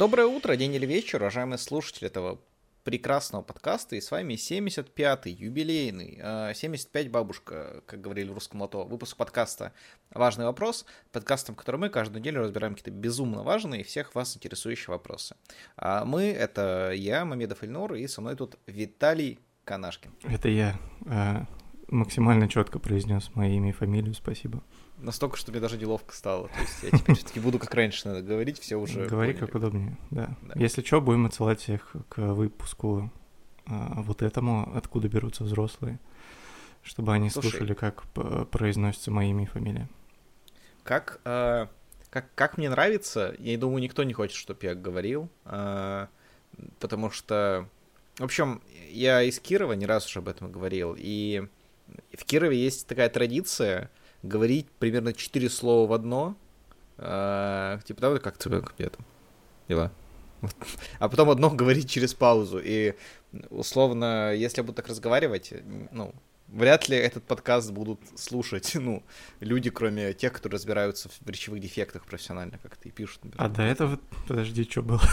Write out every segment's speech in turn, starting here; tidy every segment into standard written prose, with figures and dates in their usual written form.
Доброе утро, день или вечер, уважаемые слушатели этого прекрасного подкаста. И с вами 75-й, юбилейный, 75 бабушка, как говорили в русском лото, выпуск подкаста «Важный вопрос», подкастом, в котором мы каждую неделю разбираем какие-то безумно важные и всех вас интересующие вопросы. Мы — это я, Мамедов Ильнур, и со мной тут Виталий Канашкин. Это я максимально четко произнес мое имя и фамилию, спасибо. Настолько, что мне даже неловко стало. То есть я теперь все-таки буду как раньше надо говорить, все уже Говори поняли. как удобнее, да. Если что, будем отсылать всех к выпуску вот этому, откуда берутся взрослые, чтобы они слушали, как произносится мое имя и фамилия. Как мне нравится, я думаю, никто не хочет, чтобы я говорил, потому что, в общем, я из Кирова, не раз уже об этом говорил, и в Кирове есть такая традиция говорить примерно 4 слова в одно, типа, да, как тебе, где там дела? А потом одно говорить через паузу, и условно, если я буду так разговаривать, ну, вряд ли этот подкаст будут слушать, ну, люди, кроме тех, кто разбираются в речевых дефектах профессионально, как-то и пишут. Например. А до этого, подожди, что было?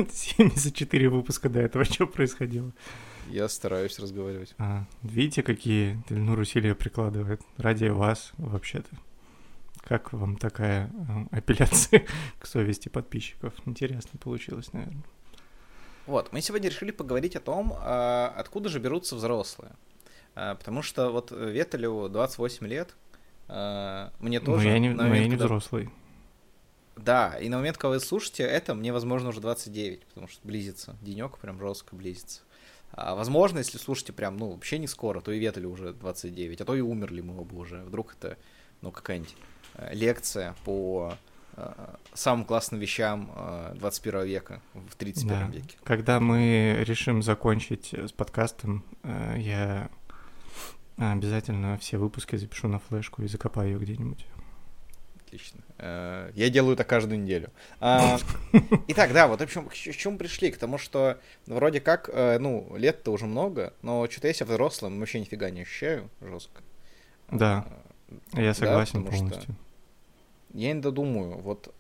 74 выпуска до этого, что происходило? Я стараюсь разговаривать. Видите, какие Ильнур усилия прикладывает ради вас, вообще-то. Как вам такая апелляция к совести подписчиков? Интересно получилось, наверное. Вот, мы сегодня решили поговорить о том, откуда же берутся взрослые. Потому что вот Веталю 28 лет, мне тоже... Но я не взрослый. Да, и на момент, когда вы слушаете это, мне, возможно, уже 29, потому что близится. Денёк прям жестко близится. Возможно, если слушаете прям, ну, вообще не скоро, то и Веталю уже 29, а то и умерли мы оба уже. Вдруг это, ну, какая-нибудь лекция по самым классным вещам 21 века в 31 веке. Когда мы решим закончить с подкастом, я обязательно все выпуски запишу на флешку и закопаю ее где-нибудь. Отлично. Я делаю это каждую неделю. Итак, да, вот в общем, к чему пришли? К тому, что вроде как, ну, лет-то уже много, но что-то я себя взрослым вообще нифига не ощущаю жестко. Да, я согласен полностью. Я иногда думаю, вот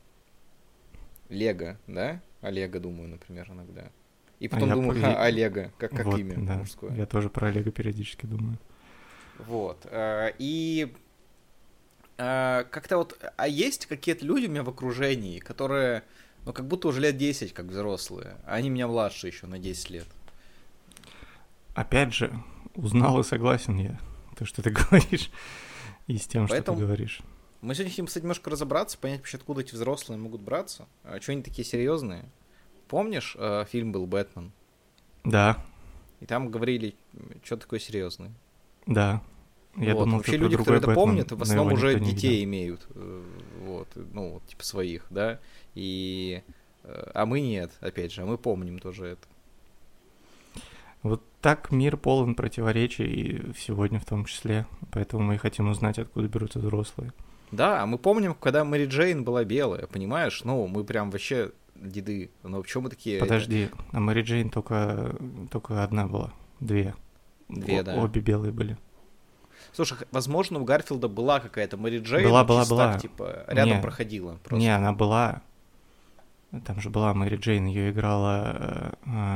Лего, да? Олега думаю, например, иногда. И потом думаю, Олега, как вот, имя да. мужское. Я тоже про Олега периодически думаю. Вот. И как-то вот... А есть какие-то люди у меня в окружении, которые, ну, как будто уже лет 10, как взрослые, а они меня младше еще на 10 лет. Опять же, узнал и согласен я. То, что ты говоришь, и с тем, Поэтому что ты говоришь. Мы сегодня хотим, кстати, немножко разобраться, понять вообще, откуда эти взрослые могут браться. Что они такие серьезные? Помнишь, фильм был «Бэтмен»? Да. И там говорили, что такое серьезный. Да. Я вот. думал, вообще люди, которые это помнят, в основном уже детей видел. имеют. Вот. Ну, вот, типа своих, да. И... А мы нет, опять же, а мы помним тоже это. Вот так мир полон противоречий, и сегодня в том числе. Поэтому мы и хотим узнать, откуда берутся взрослые. Да, мы помним, когда Мэри Джейн была белая, понимаешь? Ну, мы прям вообще деды. Но почему мы такие... Подожди, а Мэри Джейн только одна была. Две, да. Обе белые были. Слушай, возможно, у Гарфилда была какая-то Мэри Джейн. Была. Так, типа, рядом проходила. Просто. Не, она была. Там же была Мэри Джейн, ее играла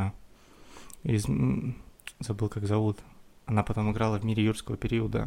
забыл, как зовут. Она потом играла в «Мире юрского периода».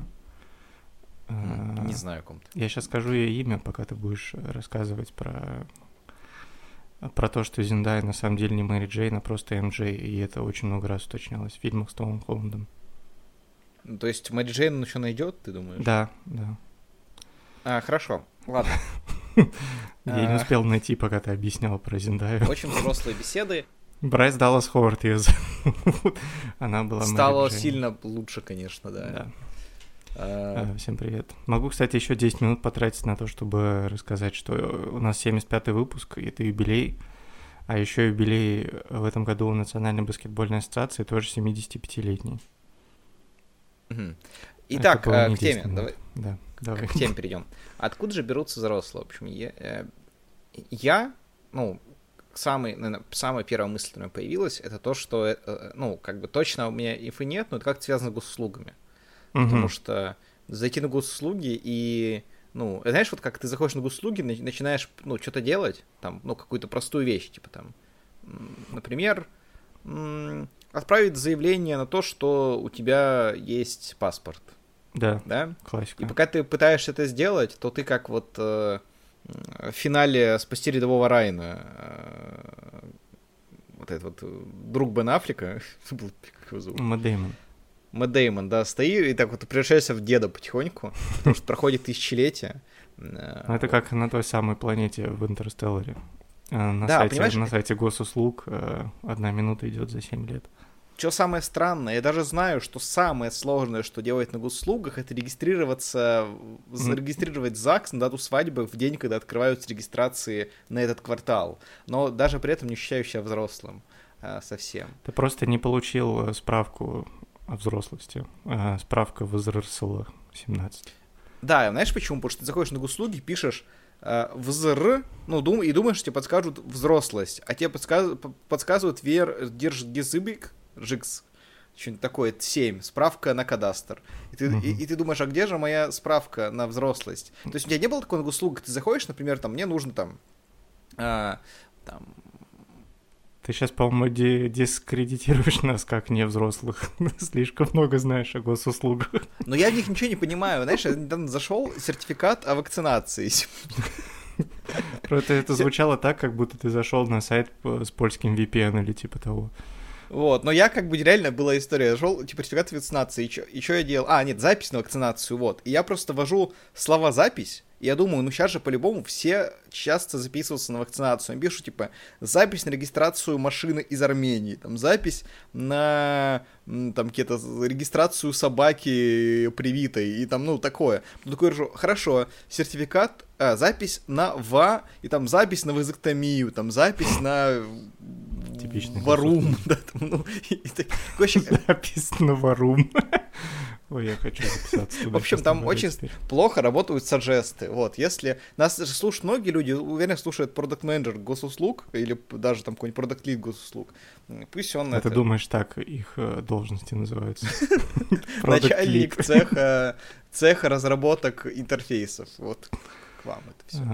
Не знаю о ком-то. Я сейчас скажу ее имя, пока ты будешь рассказывать про то, что Зендая на самом деле не Мэри Джейн, а просто МД, и это очень много раз уточнялось в фильмах с Томом Холландом. То есть Мэри Джейн еще найдет, ты думаешь? Да. Хорошо, ладно. Я не успел найти, пока ты объяснял про Зендаю. Очень взрослые беседы. Брайс Даллас Ховард ее зовут. Она была Стало сильно лучше, конечно, да. Всем привет. Могу, кстати, еще 10 минут потратить на то, чтобы рассказать, что у нас 75-й выпуск, и это юбилей. А еще юбилей в этом году у Национальной баскетбольной ассоциации тоже 75-летний. Итак, к теме. Давай. К теме перейдем. Откуда же берутся взрослые? В общем, самая первая мысль, которая появилась, это то, что, ну, как бы точно у меня инфы нет, но это как-то связано с госуслугами. Потому что зайти на госуслуги и ну, знаешь, вот как ты заходишь на госуслуги, начинаешь, ну, что-то делать, там, ну, какую-то простую вещь, типа там, например, отправить заявление на то, что у тебя есть паспорт. Да, да? Классика. И пока ты пытаешься это сделать, то ты как вот в финале «Спасти рядового Райана», вот этот вот друг Бен Аффлека, забыл, как его зовут. Мэтт Дэймон, да, стоит и так вот превращаешься в деда потихоньку, потому что проходит тысячелетия. Это как на той самой планете в «Интерстелларе». На сайте госуслуг 1 минута идет за 7 лет. Что самое странное, я даже знаю, что самое сложное, что делать на госуслугах, это зарегистрировать ЗАГС на дату свадьбы в день, когда открываются регистрации на этот квартал. Но даже при этом не ощущаю себя взрослым совсем. Ты просто не получил справку о взрослости. Справка возросла 17. Да, знаешь почему? Потому что ты заходишь на госуслуги, пишешь ВЗР, ну, и думаешь, тебе подскажут взрослость, а тебе подсказывают ЖИКС, что-нибудь такое, 7, справка на кадастр. И ты думаешь, а где же моя справка на взрослость? То есть у тебя не было такой на госуслугах, ты заходишь, например, там, мне нужно там... Ты сейчас, по-моему, дискредитируешь нас как невзрослых. Слишком много знаешь о госуслугах. Но я в них ничего не понимаю. Знаешь, я недавно зашел, сертификат о вакцинации. Это звучало так, как будто ты зашел на сайт с польским VPN или типа того. Вот, но я как бы реально была история, я зашел, типа, сертификат вакцинации, и что я делал? Нет, запись на вакцинацию, вот. И я просто ввожу слова «запись», и я думаю, ну сейчас же по-любому все часто записываются на вакцинацию. Я пишу, типа, запись на регистрацию машины из Армении, там, запись на, там, какие-то, регистрацию собаки привитой, и там, ну, такое. Ну, такой, хорошо, сертификат, запись на ВА, и там запись на вазэктомию, там, запись на... Типичный варум, да, там, ну, запись на варум. Ой, я хочу записаться. В общем, там очень плохо работают саджесты. Вот, если нас слушают многие люди, уверен, слушают продакт-менеджер госуслуг, или даже там какой-нибудь продакт-лид госуслуг, пусть он Ты думаешь, так их должности называются? Начальник цеха разработок интерфейсов. Вот, к вам это все.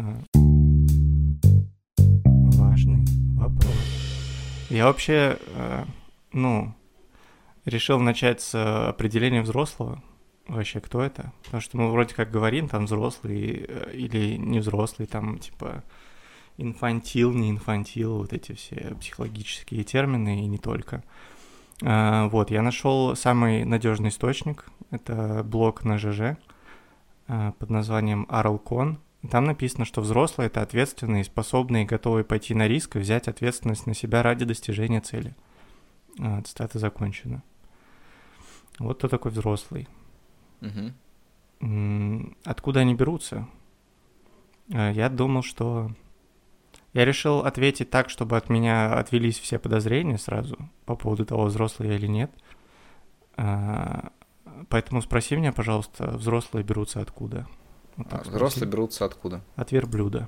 Важный вопрос. Я вообще, решил начать с определения взрослого. Вообще, кто это? Потому что мы вроде как говорим, там, взрослый или не взрослый, там, типа, инфантил, не инфантил, вот эти все психологические термины и не только. Вот, я нашел самый надежный источник. Это блог на ЖЖ под названием RLCon. Там написано, что взрослые — это ответственные, способные и готовые пойти на риск и взять ответственность на себя ради достижения цели. Цитата закончена. Вот кто такой взрослый. Откуда они берутся? Я думал, что... Я решил ответить так, чтобы от меня отвелись все подозрения сразу по поводу того, взрослый я или нет. Поэтому спроси меня, пожалуйста, взрослые берутся откуда? Вот взрослые берутся откуда? От верблюда.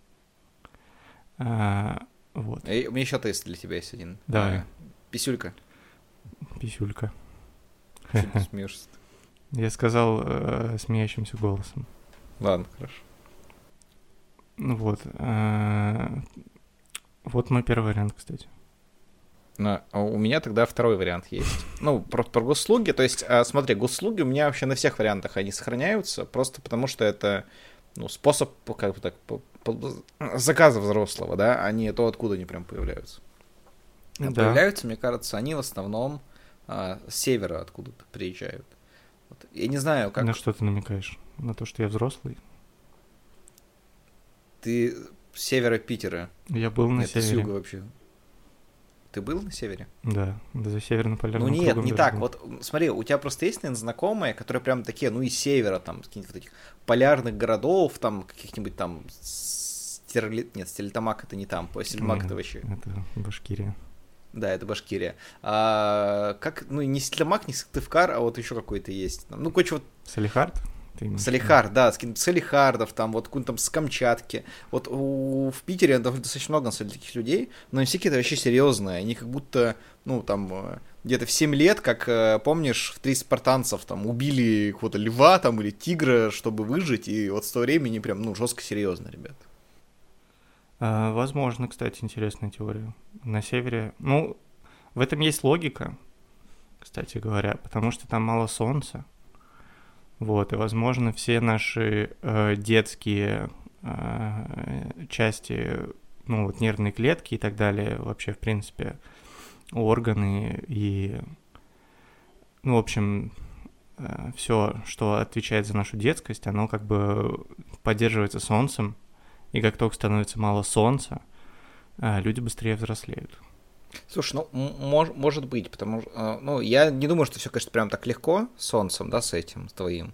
Вот. У меня еще тест для тебя есть один. Да. Писюлька. Писюлька. Смеешься. Я сказал смеящимся голосом. Ладно, хорошо. Вот. Вот мой первый вариант, кстати. А у меня тогда второй вариант есть. Ну, про госуслуги. То есть, смотри, госуслуги у меня вообще на всех вариантах они сохраняются, просто потому что это, ну, способ, как бы так, заказа взрослого, да, а не то, откуда они прям появляются. Да. Появляются, мне кажется, они в основном с севера откуда-то приезжают. Вот. Я не знаю, как... На что ты намекаешь? На то, что я взрослый? Ты с севера Питера. Я был на севере. С юга вообще. Ты был на севере? Да, за северно-полярным кругом. Ну нет, не так. Был. Вот смотри, у тебя просто есть, наверное, знакомые, которые прям такие, ну, из севера, там, каких-нибудь вот этих полярных городов, там, каких-нибудь там... Нет, Стерлитамак это не там, Стерлитамак это вообще... Это Башкирия. Да, это Башкирия. Как, ну, не Стерлитамак, не Сыктывкар, а вот еще какой-то есть. Ну, короче, вот... Салихард? Салихард, да, Салихардов, там, вот какой-то там с Камчатки. Вот в Питере достаточно много, на самом деле, таких людей, но они все какие-то вообще серьезные. Они как будто, ну, там, где-то в 7 лет, как, помнишь, в 3 спартанцев там убили какого-то льва там или тигра, чтобы выжить, и вот с того времени прям, ну, жестко серьезно, ребят. Возможно, кстати, интересная теория. На севере, ну, в этом есть логика, кстати говоря, потому что там мало солнца. Вот, и, возможно, все наши детские части, ну, вот нервные клетки и так далее, вообще, в принципе, органы и, ну, в общем, все, что отвечает за нашу детскость, оно как бы поддерживается солнцем, и как только становится мало солнца, люди быстрее взрослеют. Слушай, ну, может быть, потому что, ну, я не думаю, что все, конечно, прям так легко с солнцем, да, с этим, с твоим,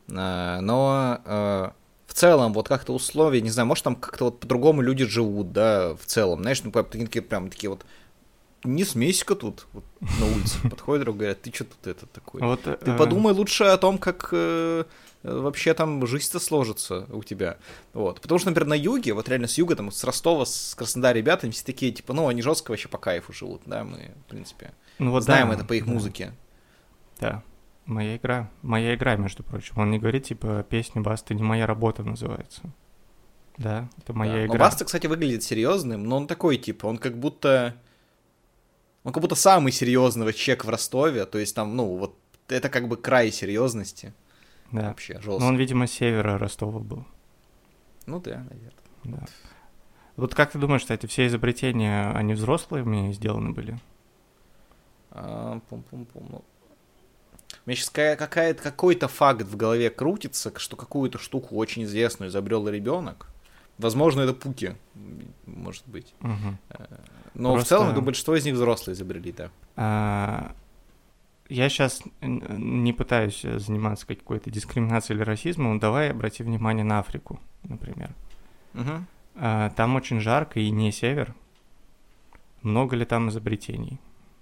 но в целом, вот как-то условия, не знаю, может, там как-то вот по-другому люди живут, да, в целом, знаешь, ну, такие прям такие вот, не смейся-ка тут, вот, на улице подходят, друг, говорят, ты что тут это такой? Вот, ты подумай лучше о том, как вообще там жизнь-то сложится у тебя, вот, потому что, например, на юге, вот реально с юга, там, с Ростова, с Краснодара ребята, все такие, типа, ну, они жестко вообще по кайфу живут, да, мы, в принципе, ну, вот знаем да, это по их музыке. Да. Моя игра, между прочим. Он не говорит, типа, песня Басты «Не моя работа» называется. Да, это моя игра. Но Баста, кстати, выглядит серьезным, но он такой, типа, он как будто самый серьезный человек в Ростове, то есть там, ну, вот это как бы край серьезности. Да. Вообще, жестко. Но он, видимо, с севера Ростова был. Ну да, наверное. Да. Вот как ты думаешь, кстати, все изобретения, они взрослыми сделаны были? Пум-пум-пум. У меня сейчас какой-то факт в голове крутится, что какую-то штуку очень известную изобрел ребенок. Возможно, это Пуки, может быть. Угу. Но просто в целом, я думаю, большинство из них взрослые изобрели, да. Я сейчас не пытаюсь заниматься какой-то дискриминацией или расизмом, но давай обрати внимание на Африку, например. Угу. Там очень жарко и не север. Много ли там изобретений,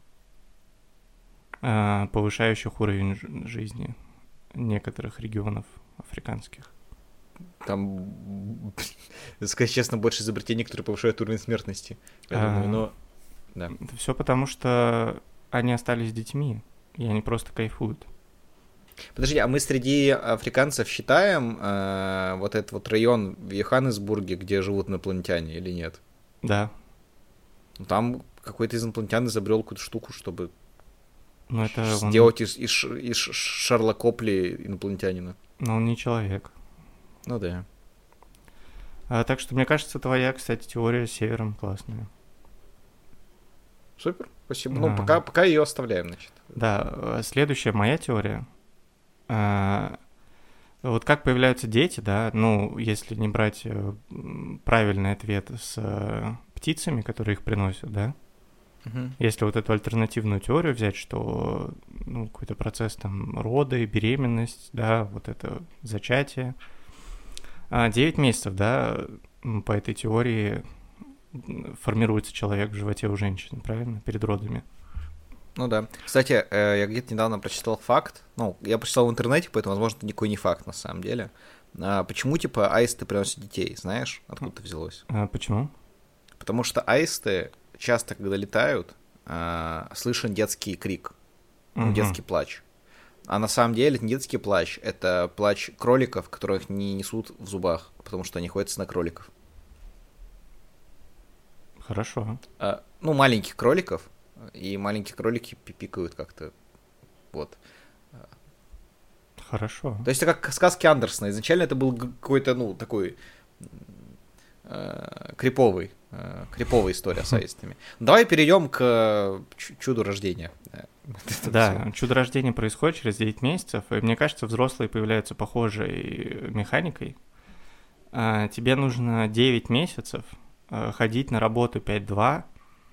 повышающих уровень жизни некоторых регионов африканских? Там, сказать честно, больше изобретений, которые повышают уровень смертности. Я думаю, но... Да. Это все потому, что они остались детьми, и они просто кайфуют. Подожди, а мы среди африканцев считаем вот этот вот район в Йоханнесбурге, где живут инопланетяне, или нет? Да. Там какой-то из инопланетян изобрел какую-то штуку, чтобы это сделать из Шарла Копли инопланетянина. Но он не человек. Ну да. Так что, мне кажется, твоя, кстати, теория с севером классная. Супер, спасибо. Ну, пока ее оставляем, значит. Да, следующая моя теория. Вот как появляются дети, да, ну, если не брать правильный ответ с птицами, которые их приносят, да, если вот эту альтернативную теорию взять, что, ну, какой-то процесс там роды, беременность, да, вот это зачатие, 9 месяцев, да, по этой теории формируется человек в животе у женщины, правильно, перед родами. Ну да. Кстати, я где-то недавно прочитал факт, ну, я прочитал в интернете, поэтому, возможно, это никакой не факт на самом деле. Почему, типа, аисты приносят детей, знаешь, откуда это взялось? Почему? Потому что аисты часто, когда летают, слышен детский крик, детский плач. А на самом деле это не детский плач, это плач кроликов, которых не несут в зубах, потому что они охотятся на кроликов. Хорошо. Ну, маленьких кроликов, и маленькие кролики пикают как-то, вот. Хорошо. То есть это как сказки Андерсона. Изначально это был какой-то, ну, такой криповая история с аистами. Давай перейдем к чуду рождения. Да, чудо рождения происходит через 9 месяцев, и мне кажется, взрослые появляются похожей механикой. Тебе нужно 9 месяцев ходить на работу 5-2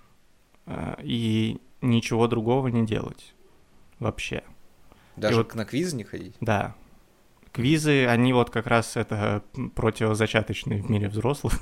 и ничего другого не делать вообще. Даже вот, на квизы не ходить? Да. Квизы, они вот как раз это противозачаточные в мире взрослых.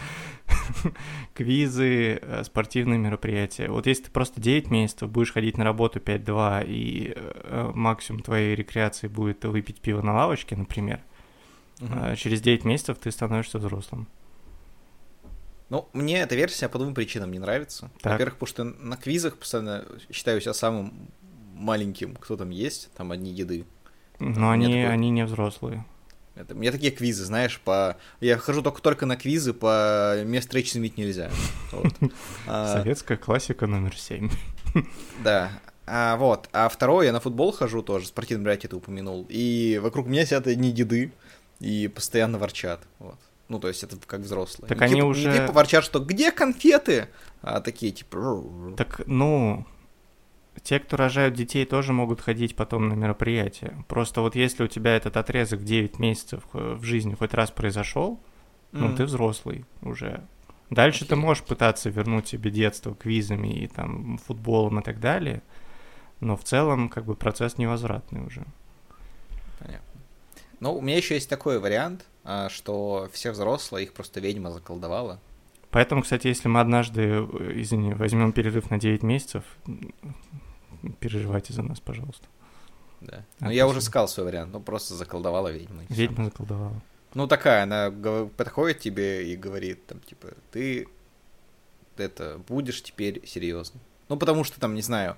Квизы, спортивные мероприятия. Вот если ты просто 9 месяцев будешь ходить на работу 5-2, и максимум твоей рекреации будет выпить пиво на лавочке, например, через 9 месяцев ты становишься взрослым. Ну, мне эта версия по двум причинам не нравится. Так. Во-первых, потому что на квизах постоянно считаю себя самым маленьким, кто там есть, там одни деды. Но они не взрослые. У меня такие квизы, знаешь, я хожу только на квизы, по мне встречи изменить нельзя. Советская классика номер 7. Да. А второе, я на футбол хожу тоже, спортивное мероприятие ты упомянул, и вокруг меня сидят одни деды и постоянно ворчат. Вот. Ну, то есть это как взрослые. Так они уже... Не типа ворчат, что где конфеты? А такие типа... Так, ну... Те, кто рожают детей, тоже могут ходить потом на мероприятия. Просто вот если у тебя этот отрезок 9 месяцев в жизни хоть раз произошел, ну, ты взрослый уже. Дальше ты можешь пытаться вернуть себе детство квизами и там футболом и так далее, но в целом как бы процесс невозвратный уже. Понятно. Ну, у меня еще есть такой вариант, что все взрослые, их просто ведьма заколдовала. Поэтому, кстати, если мы однажды, извини, возьмем перерыв на 9 месяцев, переживайте за нас, пожалуйста. Да. Ну, я уже сказал свой вариант, ну, просто заколдовала ведьма. Ведьма заколдовала. Ну, такая, она подходит тебе и говорит, там, типа, ты это будешь теперь серьезно. Ну, потому что, там, не знаю,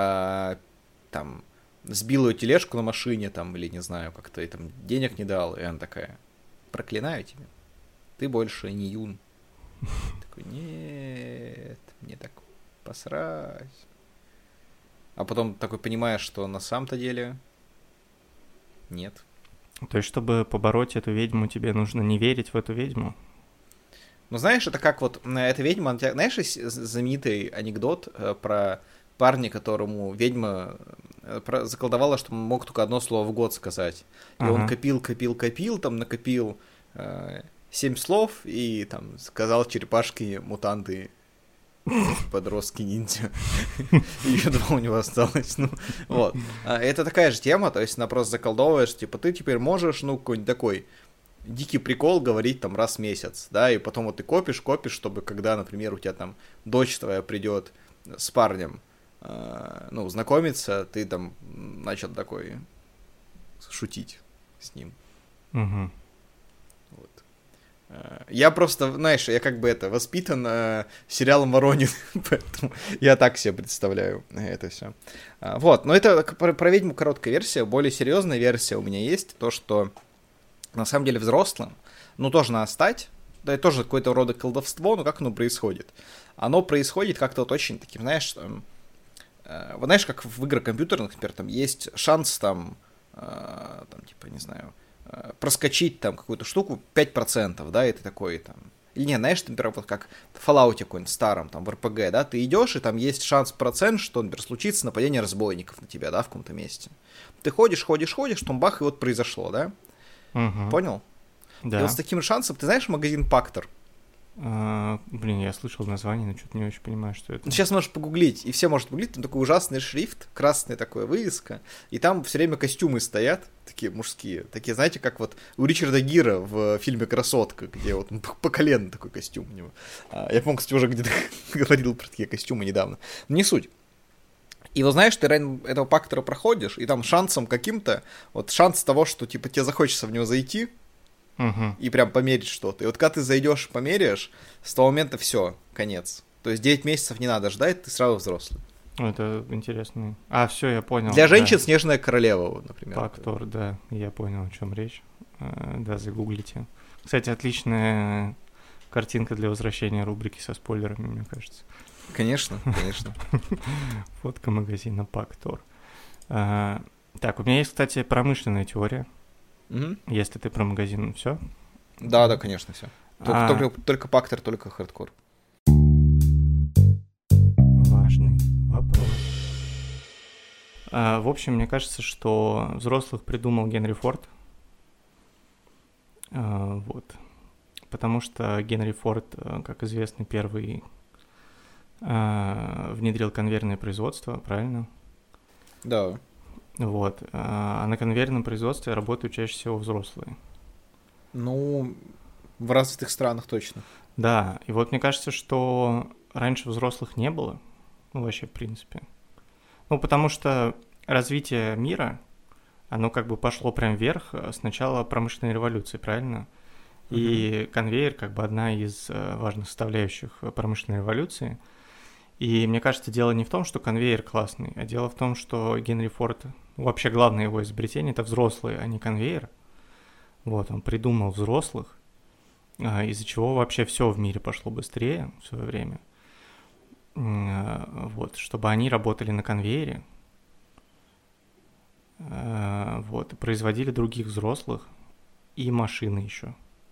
там, сбил ее тележку на машине, там, или, не знаю, как-то и там денег не дал, и она такая, проклинаю тебя, ты больше не юн. Такой, нет, мне так посрать. А потом такой понимаешь, что на самом-то деле нет. То есть, чтобы побороть эту ведьму, тебе нужно не верить в эту ведьму? Ну, знаешь, это как вот эта ведьма... Знаешь, знаменитый анекдот про парня, которому ведьма заколдовала, что он мог только одно слово в год сказать. И он копил, там накопил 7 слов, и там сказал черепашки-мутанты, подростки-ниндзя. Еще 2 у него осталось. Ну, вот. Это такая же тема, то есть она просто заколдовываешь, типа, ты теперь можешь, ну, какой-нибудь такой дикий прикол говорить там раз в месяц, да, и потом вот ты копишь, чтобы когда, например, у тебя там дочь твоя придет с парнем, ну, знакомиться, ты там начал такой шутить с ним. Угу. Вот. Я просто, знаешь, я как бы воспитан сериалом «Воронин», поэтому я так себе представляю это все. Вот, но это про ведьму короткая версия, более серьезная версия у меня есть, то, что на самом деле взрослым, ну, тоже надо стать, да, это тоже какое-то рода колдовство, но как оно происходит? Оно происходит как-то вот очень таким, знаешь, вот знаешь, как в играх компьютерных, например, там есть шанс там типа, не знаю, проскочить там какую-то штуку 5%, да, и ты такой там... Или не, знаешь, например, вот как в Fallout какой-нибудь старом, там, в RPG, да, ты идешь, и там есть шанс процент, что, например, случится нападение разбойников на тебя, да, в каком-то месте. Ты ходишь, там бах, и вот произошло, да? Угу. Понял? Да. И вот с таким шансом, ты знаешь магазин Пактор? Блин, я слышал название, но что-то не очень понимаю, что это. Сейчас можешь погуглить, и все может погуглить, там такой ужасный шрифт, красная такая вывеска, и там все время костюмы стоят, такие мужские, такие, знаете, как вот у Ричарда Гира в фильме «Красотка», где вот по колено такой костюм у него. Я, по-моему, кстати, уже где-то говорил про такие костюмы недавно. Но не суть. И вот знаешь, ты этого Пактора проходишь, и там шансом каким-то, вот шанс того, что типа тебе захочется в него зайти, и прям померить что-то. И вот когда ты зайдешь, померяешь, с того момента все, конец. То есть 9 месяцев не надо ждать, ты сразу взрослый. Это интересно. Все, я понял. Для женщин «Снежная королева», вот, например. Пактор, да, я понял, о чем речь. Да, загуглите. Кстати, отличная картинка для возвращения рубрики со спойлерами, мне кажется. Конечно, конечно. Фотка магазина Пактор. Так, у меня есть, кстати, промышленная теория. Если ты про магазин, все? Да, конечно, все. Только Пактор, только хардкор. Важный вопрос. В общем, мне кажется, что взрослых придумал Генри Форд. Вот. Потому что Генри Форд, как известно, первый внедрил конвейерное производство, правильно? Да. Вот. А на конвейерном производстве работают чаще всего взрослые. Ну, в развитых странах точно. Да, и вот мне кажется, что раньше взрослых не было, ну, вообще, в принципе. Ну, потому что развитие мира, оно как бы пошло прям вверх с начала промышленной революции, правильно? И конвейер как бы одна из важных составляющих промышленной революции. И мне кажется, дело не в том, что конвейер классный, а дело в том, что Генри Форд, вообще главное его изобретение — это взрослые, а не конвейер. Вот, он придумал взрослых, из-за чего вообще все в мире пошло быстрее в свое время. Вот, чтобы они работали на конвейере, вот, и производили других взрослых и машины еще.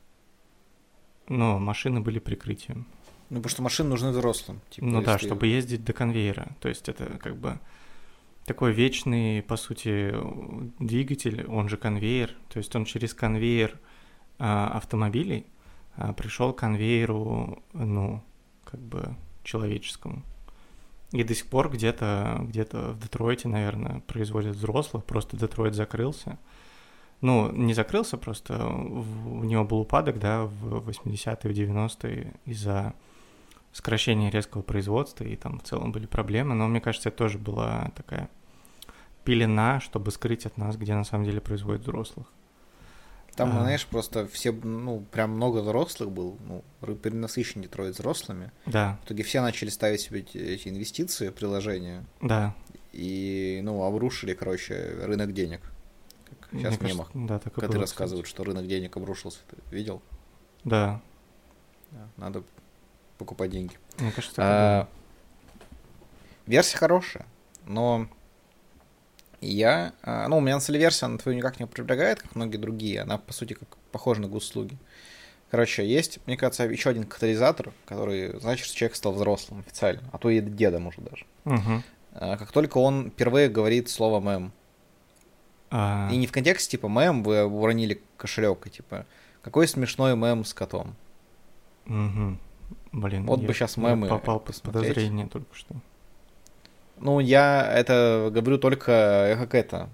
Но машины были прикрытием. Ну, потому что машины нужны взрослым. Типа, ну да, чтобы ездить до конвейера. То есть это как бы такой вечный, по сути, двигатель, он же конвейер. То есть он через конвейер автомобилей пришел к конвейеру, ну, как бы человеческому. И до сих пор где-то в Детройте, наверное, производят взрослых. Просто Детройт закрылся. Ну, не закрылся, просто у него был упадок, да, в 80-е, в 90-е из-за сокращения резкого производства, и там в целом были проблемы, но мне кажется, это тоже была такая пелена, чтобы скрыть от нас, где на самом деле производят взрослых. Там, знаешь, просто все, ну, прям много взрослых было, ну, перенасыщен Детройт взрослыми. Да. В итоге все начали ставить себе эти инвестиции, приложения. Да. И, ну, обрушили, короче, рынок денег. Как сейчас в мемах, да, когда ты рассказывают, что рынок денег обрушился. Ты видел? Да. Надо покупать деньги. Мне кажется, версия хорошая, но я... ну, у меня на самом деле версия, она твою никак не продвигает, как многие другие. Она, по сути, как похожа на госуслуги. Короче, есть, мне кажется, еще один катализатор, который значит, что человек стал взрослым официально, а то и дедом уже даже. Угу. Как только он впервые говорит слово «мэм». И не в контексте, типа, «мэм, вы уронили кошелек», и типа, какой смешной мем с котом. Угу. Блин, вот бы сейчас мемы попал под подозрение только что. Ну, я это говорю только как это,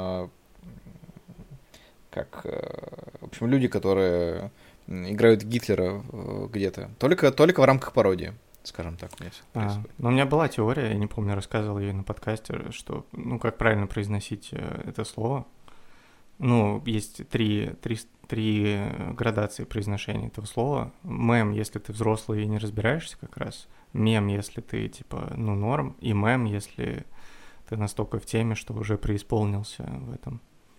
в общем, люди, которые играют Гитлера где-то. Только в рамках пародии, скажем так. Но у меня была теория, я не помню, рассказывал ее на подкасте, что, ну, как правильно произносить это слово. Ну, есть три градации произношения этого слова. Мем, если ты взрослый и не разбираешься как раз. Мем, если ты, типа, ну, норм. И мем, если ты настолько в теме, что уже преисполнился в этом.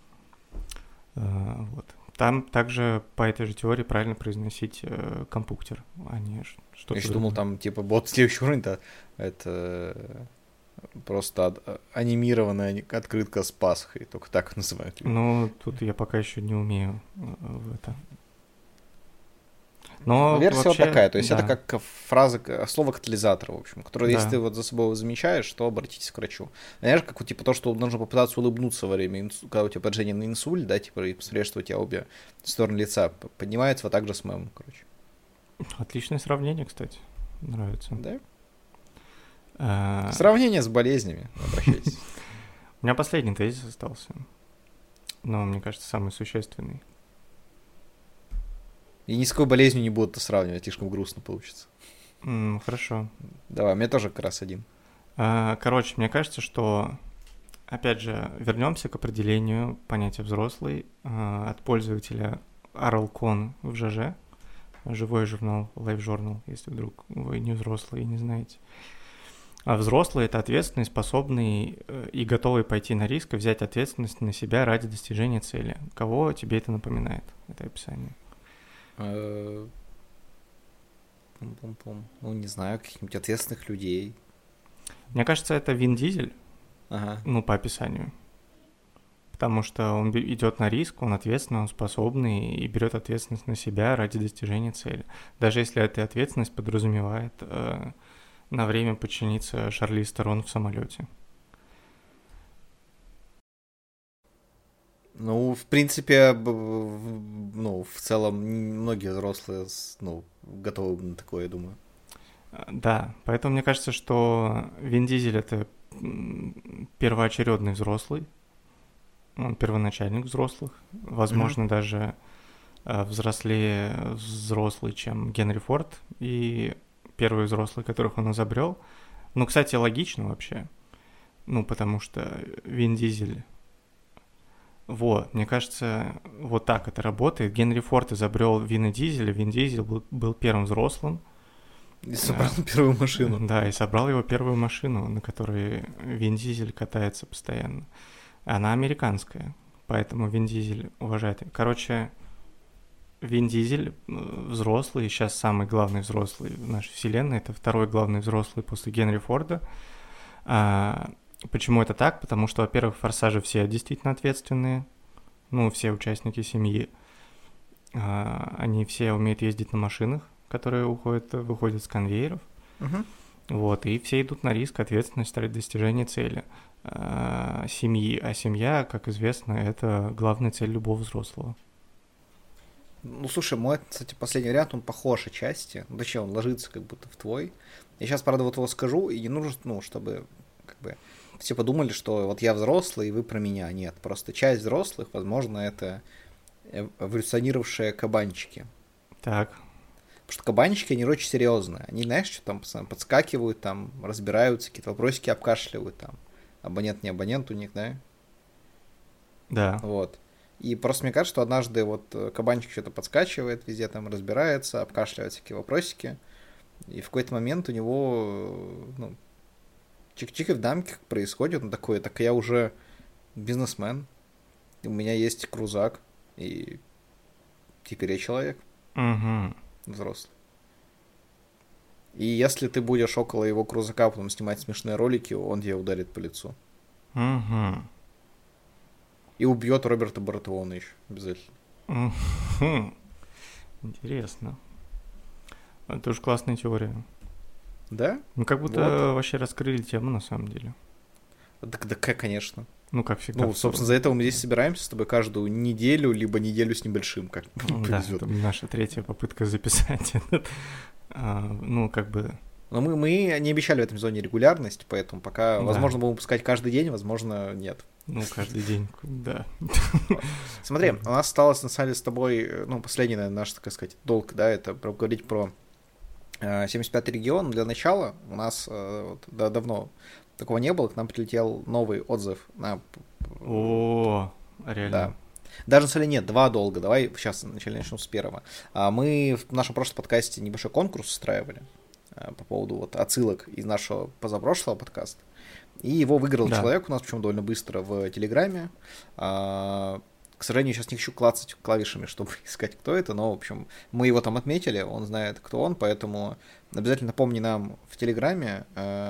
Вот. Там также по этой же теории правильно произносить компьютер, а не что-то. Я еще думал, там, типа, бот следующий уровень-то это просто анимированная открытка с Пасхой, только так называют. Ну, тут я пока еще не умею в это. Но версия вообще, вот такая, то есть да. это как фраза, слово катализатор, в общем, которое, если ты вот за собой замечаешь, то обратитесь к врачу. Знаешь, как типа то, что нужно попытаться улыбнуться во время, когда у тебя поражение на инсульт, да, типа, и посмотреть, что у тебя обе стороны лица поднимаются, вот так же с мемом, короче. Отличное сравнение, кстати, нравится. Да? Сравнение с болезнями, обращайтесь. У меня последний тезис остался, но, мне кажется, самый существенный. И ни с какой болезнью не будут сравнивать, слишком грустно получится. Хорошо. Давай, у меня тоже как раз один. Короче, мне кажется, что, опять же, вернемся к определению понятия взрослый от пользователя RLCon в ЖЖ, живой журнал, лайв-журнал, если вдруг вы не взрослый и не знаете. А взрослый — это ответственный, способный и готовый пойти на риск и взять ответственность на себя ради достижения цели. Кого тебе это напоминает, это описание? Ну, не знаю, каких-нибудь ответственных людей. Мне кажется, это Вин Дизель, ну, по описанию. Потому что он идет на риск, он ответственный, он способный и берет ответственность на себя ради достижения цели. Даже если эта ответственность подразумевает на время подчиниться Шарлиз Терон в самолете. Ну, в принципе, ну, в целом, многие взрослые, ну, готовы на такое, я думаю. Да, поэтому мне кажется, что Вин Дизель — это первоочередный взрослый, он первоначальник взрослых, возможно, даже взрослее взрослый, чем Генри Форд, и первые взрослые, которых он изобрел. Ну, кстати, логично вообще, ну, потому что Вин Дизель Вот, мне кажется, вот так это работает. Генри Форд изобрел Вина Дизеля. Вин Дизель был первым взрослым. И собрал первую машину. Да, и собрал его первую машину, на которой Вин Дизель катается постоянно. Она американская, поэтому Вин Дизель уважает. Короче, Вин Дизель взрослый, сейчас самый главный взрослый в нашей вселенной. Это второй главный взрослый после Генри Форда. Почему это так? Потому что, во-первых, форсажи все действительно ответственные. Ну, все участники семьи. Они все умеют ездить на машинах, которые выходят с конвейеров. Вот, и все идут на риск, ответственность ради достижения цели семьи. А семья, как известно, это главная цель любого взрослого. Ну, слушай, мой, кстати, последний вариант, он похож отчасти. Ну, точнее, он ложится как будто в твой. Я сейчас, правда, вот его скажу, и не нужно, ну, чтобы, как бы, все подумали, что вот я взрослый, и вы про меня. Нет, просто часть взрослых, возможно, это эволюционировавшие кабанчики. Так. Потому что кабанчики, они очень серьезные. Они, знаешь, что там постоянно подскакивают, там, разбираются, какие-то вопросики обкашливают, там, абонент, не абонент у них, да? Да. Вот. И просто мне кажется, что однажды вот кабанчик что-то подскачивает, везде там разбирается, обкашливает всякие вопросики, и в какой-то момент у него, ну, чик-чик и в дамке происходит, он такой, так я уже бизнесмен, у меня есть крузак, и теперь я человек. Взрослый. И если ты будешь около его крузака потом снимать смешные ролики, он тебя ударит по лицу. И убьет Роберта Бартолона еще, обязательно. Интересно. Это уж классная теория. Да? Мы как будто вообще раскрыли тему на самом деле. Да, конечно. Ну, как всегда. Ну, собственно, за этого мы здесь собираемся с тобой каждую неделю, либо неделю с небольшим, как повезет. Да, это наша третья попытка записать этот. Ну, как бы... Но мы не обещали в этом сезоне регулярность, поэтому пока, возможно, будем выпускать каждый день, возможно, нет. Ну, каждый день, да. Смотри, у нас осталось, на самом деле, с тобой, ну, последний, наверное, наш, так сказать, долг, да, это говорить про 75-й регион. Для начала у нас давно такого не было, к нам прилетел новый отзыв на... О, реально? Да. Даже, на самом деле, нет, два долга. Давай сейчас вначале начнем с первого. Мы в нашем прошлом подкасте небольшой конкурс устраивали по поводу вот отсылок из нашего позапрошлого подкаста. И его выиграл человек у нас, причем довольно быстро, в Телеграме. К сожалению, сейчас не хочу клацать клавишами, чтобы искать, кто это, но, в общем, мы его там отметили, он знает, кто он, поэтому обязательно напомни нам в Телеграме,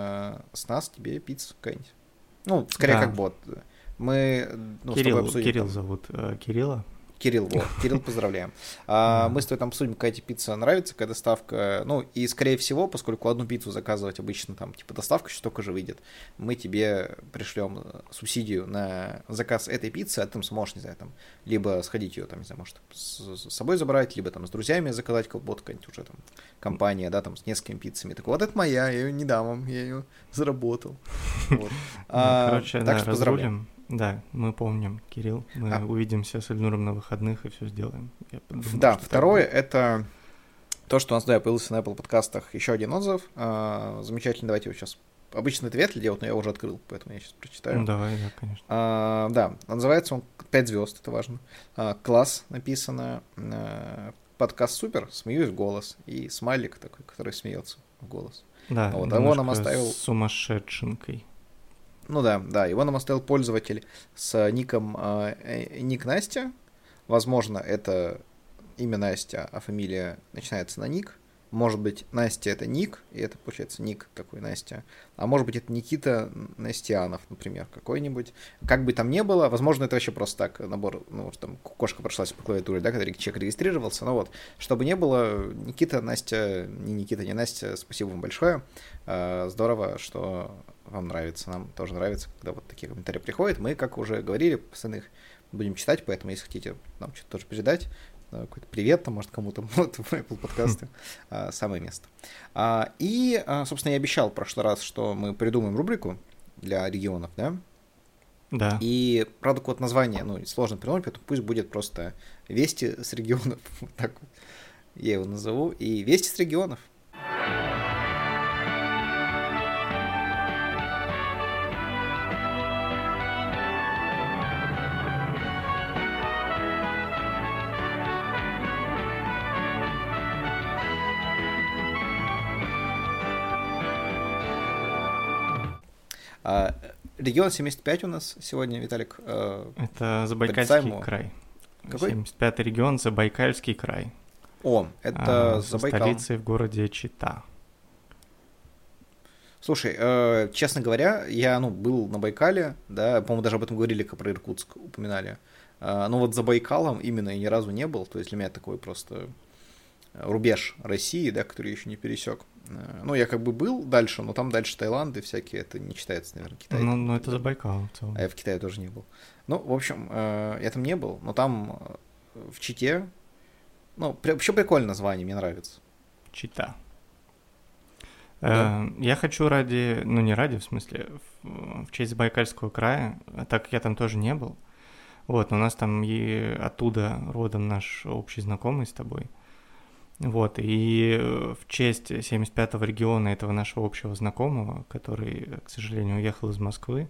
с нас тебе пицца какая-нибудь. Ну, скорее как бот. Мы с тобой обсудим. Кирилл зовут Кирилла. Кирилл, поздравляем. Мы с тобой там обсудим, какая тебе пицца нравится, какая доставка. Ну, и, скорее всего, поскольку одну пиццу заказывать обычно там, типа, доставка еще только же выйдет, мы тебе пришлем субсидию на заказ этой пиццы, а ты там сможешь, не знаю, там, либо сходить ее, там, не знаю, может, с собой забрать, либо там с друзьями заказать какая-нибудь уже там компания, да, там, с несколькими пиццами. Так вот, это моя, я ее не дам вам, я ее заработал. Короче, так что поздравляем. Да, мы помним, Кирилл. Мы увидимся с Эльнуром на выходных и все сделаем. Да, второе — это то, что у нас, появился на Apple подкастах еще один отзыв. Замечательно, давайте его сейчас... Обычно это вряд ли делают, но я уже открыл, поэтому я сейчас прочитаю. Ну, давай, да, конечно. Да, называется он 5 звезд, это важно. Класс написано. Подкаст супер, смеюсь в голос. И смайлик такой, который смеется в голос. Да, вот, его нам оставил... сумасшедшенкой. Ну да, его нам оставил пользователь с ником Ник Настя. Возможно, это имя Настя, а фамилия начинается на Ник. Может быть, Настя — это ник, и это, получается, ник такой Настя. А может быть, это Никита Настианов, например, какой-нибудь. Как бы там ни было, возможно, это вообще просто так набор, ну, там кошка прошлась по клавиатуре, да, когда человек регистрировался. Но вот, чтобы не было, Никита, Настя, не Настя, спасибо вам большое. Здорово, что вам нравится, нам тоже нравится, когда вот такие комментарии приходят. Мы, как уже говорили, постоянно их будем читать, поэтому, если хотите нам что-то тоже передать, какой-то привет, там, может, кому-то в Apple подкасты, самое место. И, собственно, я обещал в прошлый раз, что мы придумаем рубрику для регионов, да? Да. И, правда, код названия, сложно придумать, поэтому пусть будет просто «Вести с регионов». Вот так вот я его назову. И «Вести с регионов». Регион 75 у нас сегодня, Виталик. Это Забайкальский край. Какой? 75-й регион, Забайкальский край. Это со Забайкал. Столицей в городе Чита. Слушай, честно говоря, я был на Байкале, да, по-моему, даже об этом говорили, как про Иркутск упоминали. Но вот за Байкалом именно я ни разу не был, то есть для меня такой просто рубеж России, да, который я еще не пересек. Я как бы был дальше, но там дальше Таиланд и всякие, это не считается, наверное, Китай. Ну, это за Байкал в целом. А я в Китае тоже не был. В общем, я там не был, но там в Чите, вообще прикольное название, мне нравится. Чита. Да. Я хочу в смысле, в честь Забайкальского края, так как я там тоже не был, вот, у нас там и оттуда родом наш общий знакомый с тобой. Вот, и в честь 75-го региона этого нашего общего знакомого, который, к сожалению, уехал из Москвы,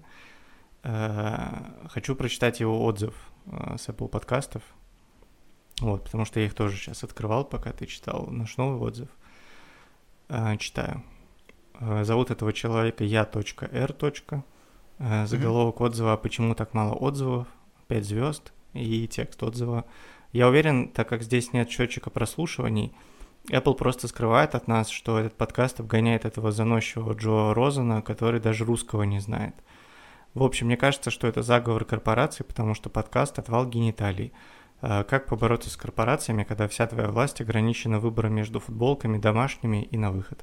хочу прочитать его отзыв с Apple подкастов, вот, потому что я их тоже сейчас открывал, пока ты читал наш новый отзыв. Читаю. Зовут этого человека я.р. Заголовок отзыва «Почему так мало отзывов?» 5 звезд и текст отзыва. Я уверен, так как здесь нет счетчика прослушиваний, Apple просто скрывает от нас, что этот подкаст обгоняет этого заносчивого Джо Розена, который даже русского не знает. В общем, мне кажется, что это заговор корпораций, потому что подкаст «Отвал гениталий». Как побороться с корпорациями, когда вся твоя власть ограничена выбором между футболками домашними и на выход?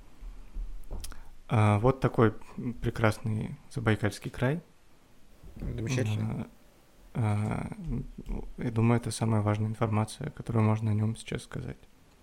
Вот такой прекрасный Забайкальский край. Замечательно. Я думаю, это самая важная информация, которую можно о нем сейчас сказать.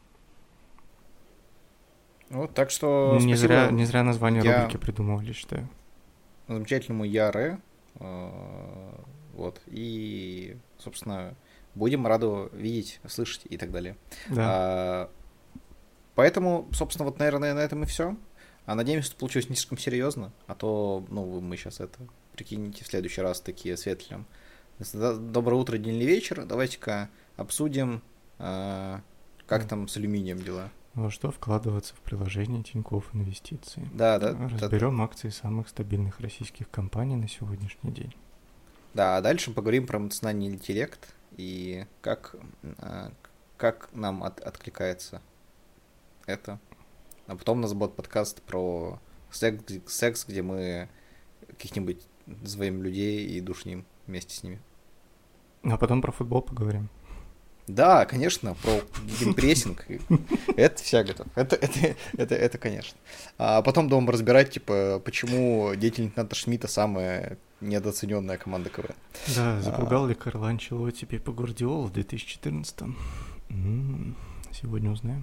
Так что не спасибо. Не зря название рубрики придумывали, считаю. Замечательному Яре. Вот. И, собственно, будем рады видеть, слышать и так далее. Да. Поэтому, собственно, вот, наверное, на этом и все. Надеемся, что получилось не слишком серьезно, а то, мы сейчас прикиньте, в следующий раз такие осветлим. Доброе утро, день или вечер. Давайте-ка обсудим, как там с алюминием дела. Во что вкладываться в приложение Тинькофф Инвестиции. Да. Разберем акции самых стабильных российских компаний на сегодняшний день. Да, а дальше поговорим про эмоциональный интеллект и как нам откликается это. А потом у нас будет подкаст про секс, где мы каких-нибудь назовем людей и душним вместе с ними. А потом про футбол поговорим. Да, конечно, про геймпрессинг. Это вся готов. Это конечно. А потом будем разбирать, почему деятельность Ната Шмидта самая недооцененная команда КВН. Да, запугал ли Карло Анчелотти Пепа Гвардиолу в 2014-м? Сегодня узнаем.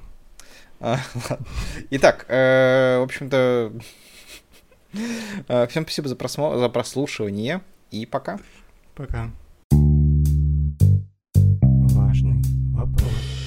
Итак, в общем-то, всем спасибо за прослушивание и пока. Пока. Важный вопрос.